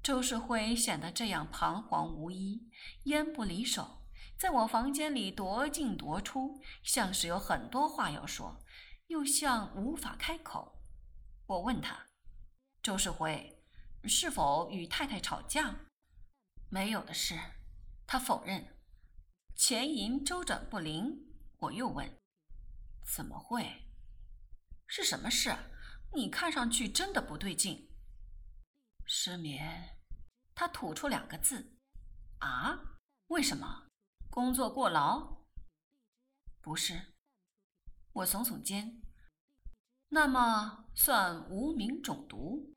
周世辉显得这样彷徨无依，烟不离手，在我房间里踱进踱出，像是有很多话要说，又像无法开口。我问他：周世辉，是否与太太吵架？没有的事，他否认。钱银周转不灵。我又问：怎么会？是什么事？你看上去真的不对劲。失眠。他吐出2个字。啊？为什么？工作过劳？不是。我耸耸肩。那么算无名肿毒。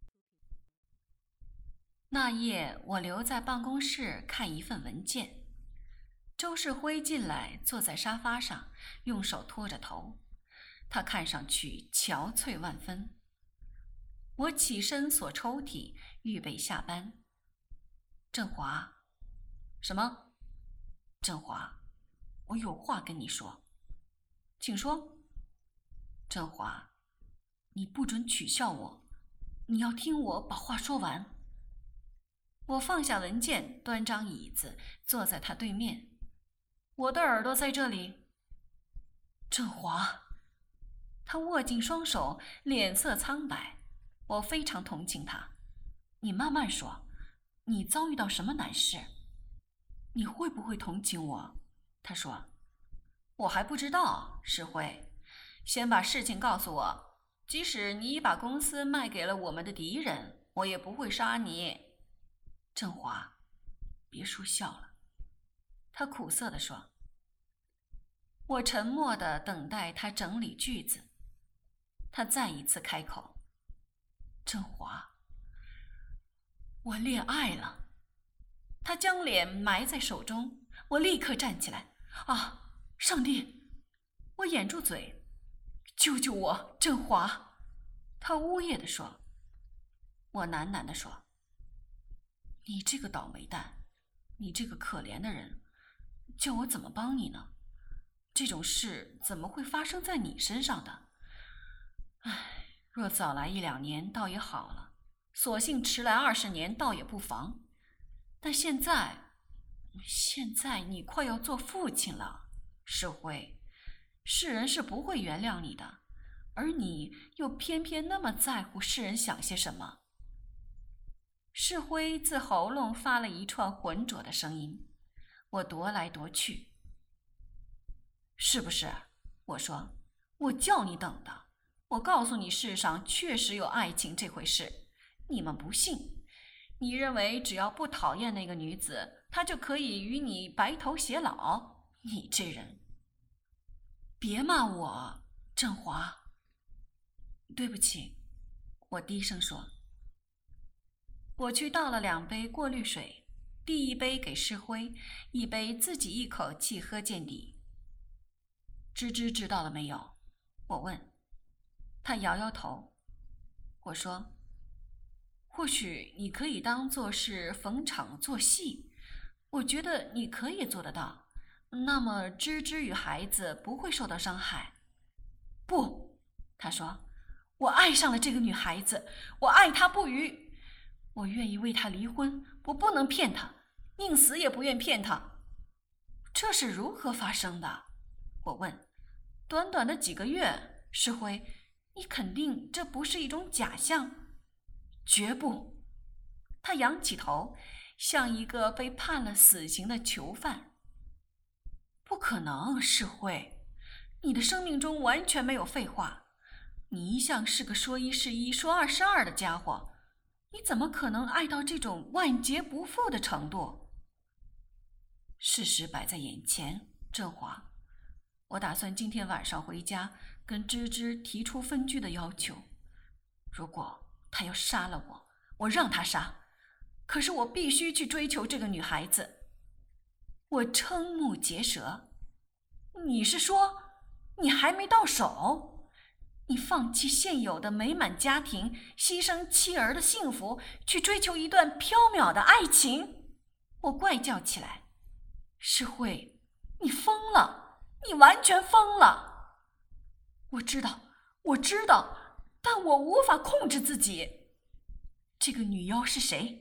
那夜我留在办公室看一份文件。周世辉进来，坐在沙发上，用手托着头，他看上去憔悴万分。我起身锁抽屉，预备下班。振华。什么？振华，我有话跟你说。请说。振华，你不准取笑我，你要听我把话说完。我放下文件，端张椅子，坐在他对面。我的耳朵在这里。振华。他握紧双手，脸色苍白。我非常同情他。你慢慢说，你遭遇到什么难事？你会不会同情我？他说。我还不知道，世辉，先把事情告诉我，即使你已把公司卖给了我们的敌人，我也不会杀你。振华，别说笑了。他苦涩地说。我沉默地等待他整理句子。他再一次开口。振华，我恋爱了。他将脸埋在手中。我立刻站起来。啊，上帝！我掩住嘴。救救我，振华！他呜咽地说。我喃喃地说。你这个倒霉蛋，你这个可怜的人，叫我怎么帮你呢？这种事怎么会发生在你身上的？唉，若早来1、2年倒也好了，索性迟来20年倒也不妨。但现在你快要做父亲了，世辉，世人是不会原谅你的，而你又偏偏那么在乎世人想些什么。世辉自喉咙发了一串浑浊的声音。我踱来踱去。是不是？我说，我叫你等的。我告诉你，世上确实有爱情这回事，你们不信。你认为只要不讨厌那个女子，她就可以与你白头偕老？你这人！别骂我，振华。对不起，我低声说。我去倒了2杯过滤水，第1杯给世辉，1杯自己一口气喝见底。芝芝知道了没有？我问。他摇摇头。我说，或许你可以当作是逢场作戏，我觉得你可以做得到，那么芝芝与孩子不会受到伤害。不，他说，我爱上了这个女孩子，我爱她不渝，我愿意为她离婚，我不能骗她，宁死也不愿骗她。这是如何发生的？我问。短短的几个月，世辉，你肯定这不是一种假象？绝不。他仰起头，像一个被判了死刑的囚犯。不可能，世辉，你的生命中完全没有废话，你一向是个说1是1，说2是2的家伙，你怎么可能爱到这种万劫不复的程度？事实摆在眼前，振华，我打算今天晚上回家跟芝芝提出分居的要求。如果他要杀了我，我让他杀，可是我必须去追求这个女孩子。我瞠目结舌。你是说，你还没到手？你放弃现有的美满家庭，牺牲妻儿的幸福，去追求一段缥缈的爱情？我怪叫起来。世辉，你疯了，你完全疯了。我知道，但我无法控制自己。这个女妖是谁？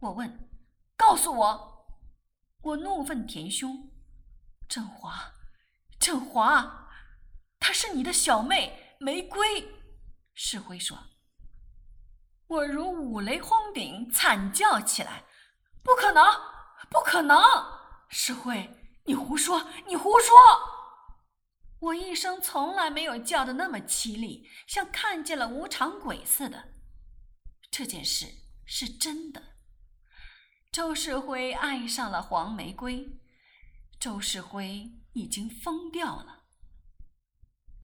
我问：“告诉我！”我怒愤填胸。振华，振华，她是你的小妹玫瑰。世辉说。我如五雷轰顶，惨叫起来：“不可能，不可能！世辉，你胡说，你胡说！”我一生从来没有叫得那么凄厉，像看见了无常鬼似的。这件事是真的。周世辉爱上了黄玫瑰，周世辉已经疯掉了。